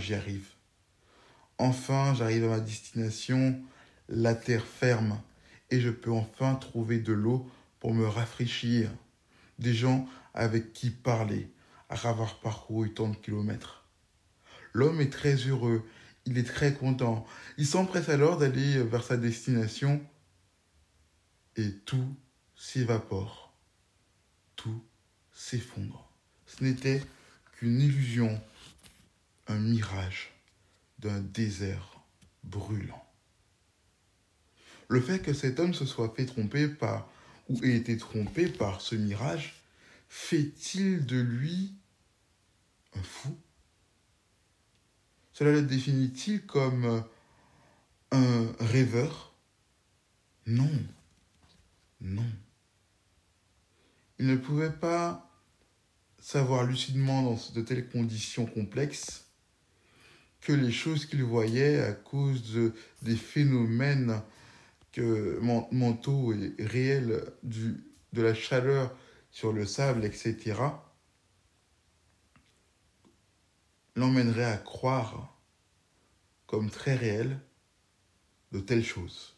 j'y arrive. Enfin, j'arrive à ma destination, la terre ferme, et je peux enfin trouver de l'eau pour me rafraîchir, des gens avec qui parler, après avoir parcouru tant de kilomètres. L'homme est très heureux, il est très content, il s'empresse alors d'aller vers sa destination, et tout s'évapore, tout s'effondre. Ce n'était qu'une illusion, un mirage d'un désert brûlant. Le fait que cet homme se soit fait tromper par, ou ait été trompé par ce mirage, fait-il de lui un fou? Cela le définit-il comme un rêveur? Non, non. Il ne pouvait pas savoir lucidement dans de telles conditions complexes que les choses qu'il voyait à cause des phénomènes mentaux et réels de la chaleur sur le sable, etc., l'emmènerait à croire comme très réel de telles choses.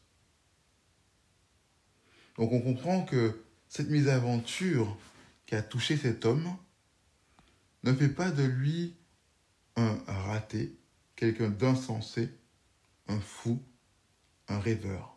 Donc on comprend que cette mésaventure qui a touché cet homme ne fait pas de lui un raté, quelqu'un d'insensé, un fou, un rêveur.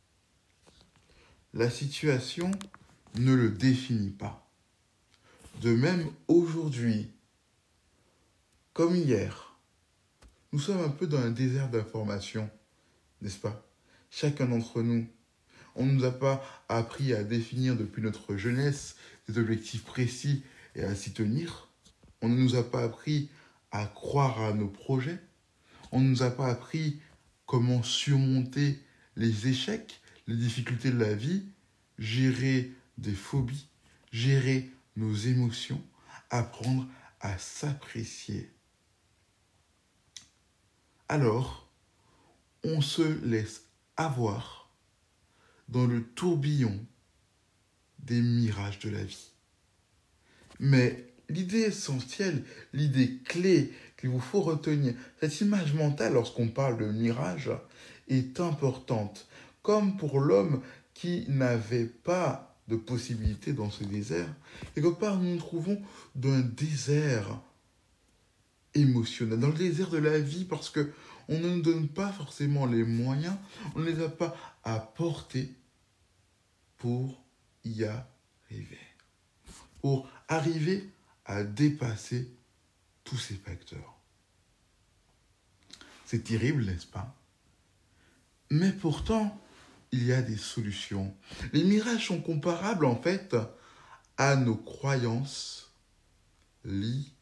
La situation ne le définit pas. De même, aujourd'hui, comme hier, nous sommes un peu dans un désert d'informations, n'est-ce pas? Chacun d'entre nous, on ne nous a pas appris à définir depuis notre jeunesse des objectifs précis et à s'y tenir. On ne nous a pas appris à croire à nos projets. On ne nous a pas appris comment surmonter les échecs, les difficultés de la vie, gérer des phobies, gérer nos émotions, apprendre à s'apprécier. Alors, on se laisse avoir dans le tourbillon des mirages de la vie. Mais l'idée essentielle, l'idée clé qu'il vous faut retenir, cette image mentale lorsqu'on parle de mirage est importante. Comme pour l'homme qui n'avait pas de possibilité dans ce désert, quelque part nous nous trouvons dans un désert émotionnel, dans le désert de la vie, parce que on ne nous donne pas forcément les moyens, on ne les a pas apportés pour y arriver. Pour arriver à dépasser tous ces facteurs. C'est terrible, n'est-ce pas? Mais pourtant, il y a des solutions. Les mirages sont comparables, en fait, à nos croyances limitantes.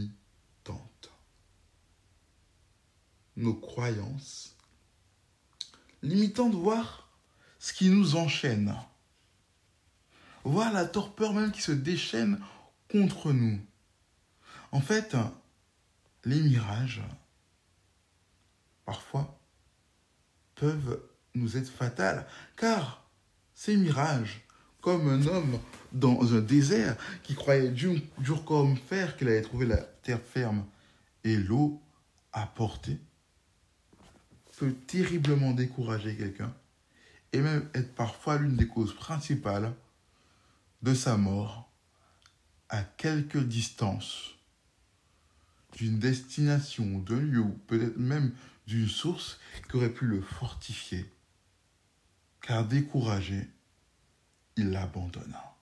Nos croyances limitantes, voire ce qui nous enchaîne. Voir la torpeur même qui se déchaîne contre nous. En fait, les mirages, parfois, peuvent nous être fatals, car ces mirages, comme un homme dans un désert qui croyait dur comme fer qu'il allait trouver la terre ferme et l'eau à portée, peut terriblement décourager quelqu'un et même être parfois l'une des causes principales de sa mort à quelque distance d'une destination, d'un lieu ou peut-être même d'une source qui aurait pu le fortifier. Car découragé, il l'abandonna.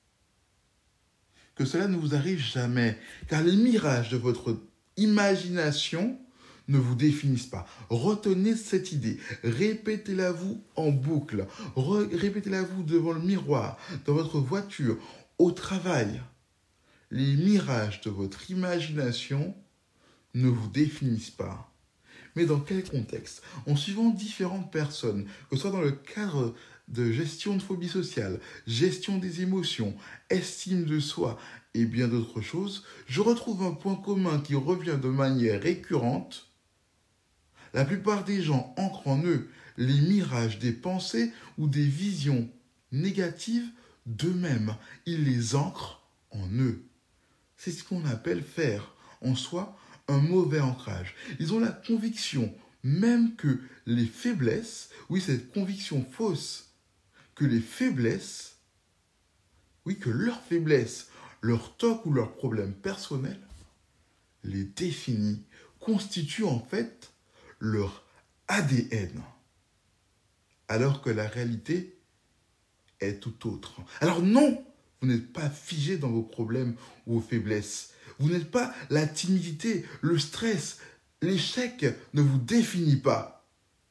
Que cela ne vous arrive jamais, car les mirages de votre imagination ne vous définissent pas. Retenez cette idée, répétez-la vous en boucle, répétez-la vous devant le miroir, dans votre voiture, au travail. Les mirages de votre imagination ne vous définissent pas. Mais dans quel contexte? En suivant différentes personnes, que ce soit dans le cadre de gestion de phobie sociale, gestion des émotions, estime de soi et bien d'autres choses, je retrouve un point commun qui revient de manière récurrente. La plupart des gens ancrent en eux les mirages des pensées ou des visions négatives d'eux-mêmes. Ils les ancrent en eux. C'est ce qu'on appelle faire en soi un mauvais ancrage. Ils ont la conviction même que les faiblesses, oui, cette conviction fausse, que les faiblesses, oui, que leurs faiblesses, leur toc ou leurs problèmes personnels les définit, constituent en fait leur ADN. Alors que la réalité est tout autre. Alors non, vous n'êtes pas figé dans vos problèmes ou vos faiblesses. Vous n'êtes pas la timidité, le stress, l'échec ne vous définit pas.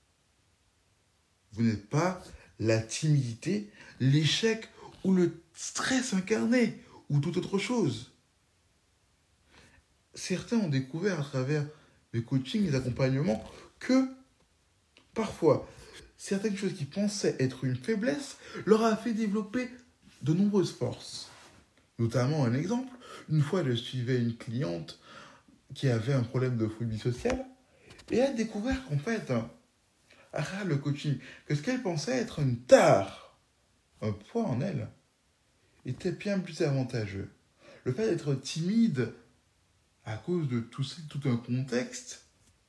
Vous n'êtes pas la timidité, l'échec ou le stress incarné ou toute autre chose. Certains ont découvert à travers les coachings, les accompagnements, que parfois, certaines choses qui pensaient être une faiblesse leur a fait développer de nombreuses forces. Notamment un exemple, une fois je suivais une cliente qui avait un problème de phobie sociale et elle a découvert qu'en fait, à travers le coaching, que ce qu'elle pensait être une tare, un poids en elle, était bien plus avantageux. Le fait d'être timide à cause de tout un contexte,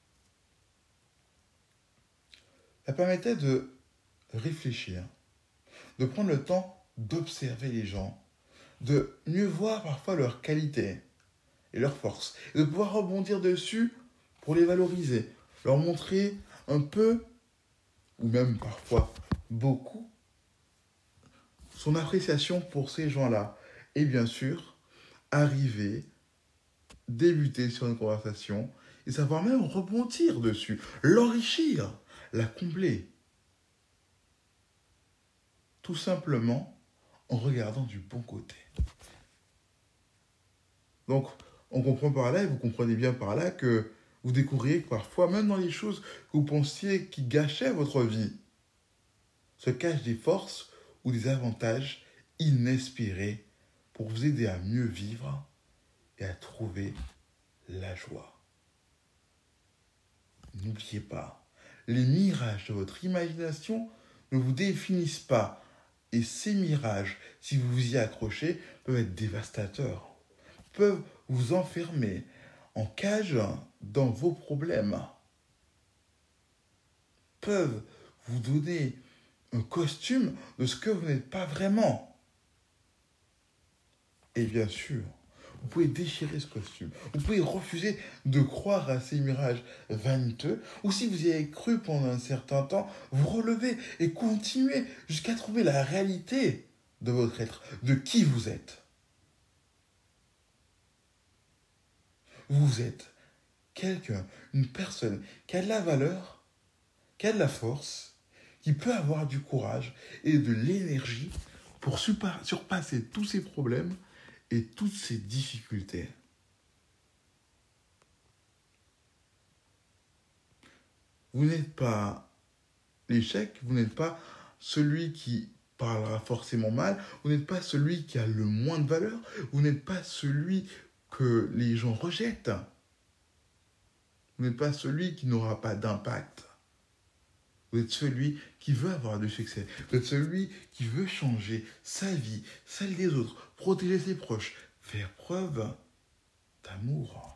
ça permettait de réfléchir, de prendre le temps d'observer les gens, de mieux voir parfois leurs qualités et leurs forces, et de pouvoir rebondir dessus pour les valoriser, leur montrer un peu, ou même parfois beaucoup, son appréciation pour ces gens-là. Et bien sûr, arriver, débuter sur une conversation, et savoir même rebondir dessus, l'enrichir, la combler. Tout simplement en regardant du bon côté. Donc, on comprend par là, et vous comprenez bien par là, que vous découvriez que parfois, même dans les choses que vous pensiez qui gâchaient votre vie, se cachent des forces ou des avantages inespérés pour vous aider à mieux vivre et à trouver la joie. N'oubliez pas, les mirages de votre imagination ne vous définissent pas. Et ces mirages, si vous vous y accrochez, peuvent être dévastateurs, peuvent vous enfermer en cage dans vos problèmes, peuvent vous donner un costume de ce que vous n'êtes pas vraiment. Et bien sûr, vous pouvez déchirer ce costume. Vous pouvez refuser de croire à ces mirages vaniteux. Ou si vous y avez cru pendant un certain temps, vous relevez et continuez jusqu'à trouver la réalité de votre être, de qui vous êtes. Vous êtes quelqu'un, une personne qui a de la valeur, qui a de la force, qui peut avoir du courage et de l'énergie pour surpasser tous ces problèmes et toutes ces difficultés. Vous n'êtes pas l'échec, vous n'êtes pas celui qui parlera forcément mal, vous n'êtes pas celui qui a le moins de valeur, vous n'êtes pas celui que les gens rejettent. Vous n'êtes pas celui qui n'aura pas d'impact. Vous êtes celui qui veut avoir du succès. Vous êtes celui qui veut changer sa vie, celle des autres, protéger ses proches, faire preuve d'amour.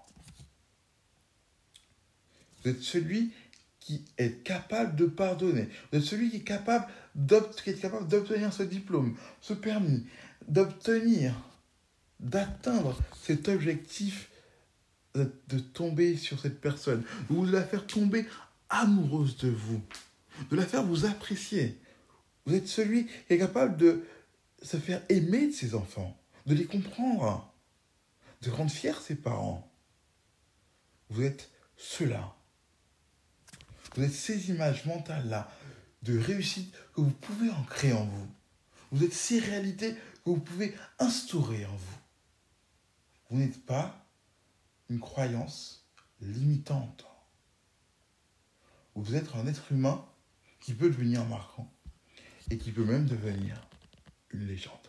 Vous êtes celui qui est capable de pardonner. Vous êtes celui qui est capable d'obtenir ce diplôme, ce permis, d'atteindre cet objectif de tomber sur cette personne, ou de la faire tomber amoureuse de vous, de la faire vous apprécier. Vous êtes celui qui est capable de se faire aimer de ses enfants, de les comprendre, de rendre fiers ses parents. Vous êtes cela. Vous êtes ces images mentales-là de réussite que vous pouvez ancrer en vous. Vous êtes ces réalités que vous pouvez instaurer en vous. Vous n'êtes pas une croyance limitante. Vous êtes un être humain qui peut devenir marquant et qui peut même devenir une légende.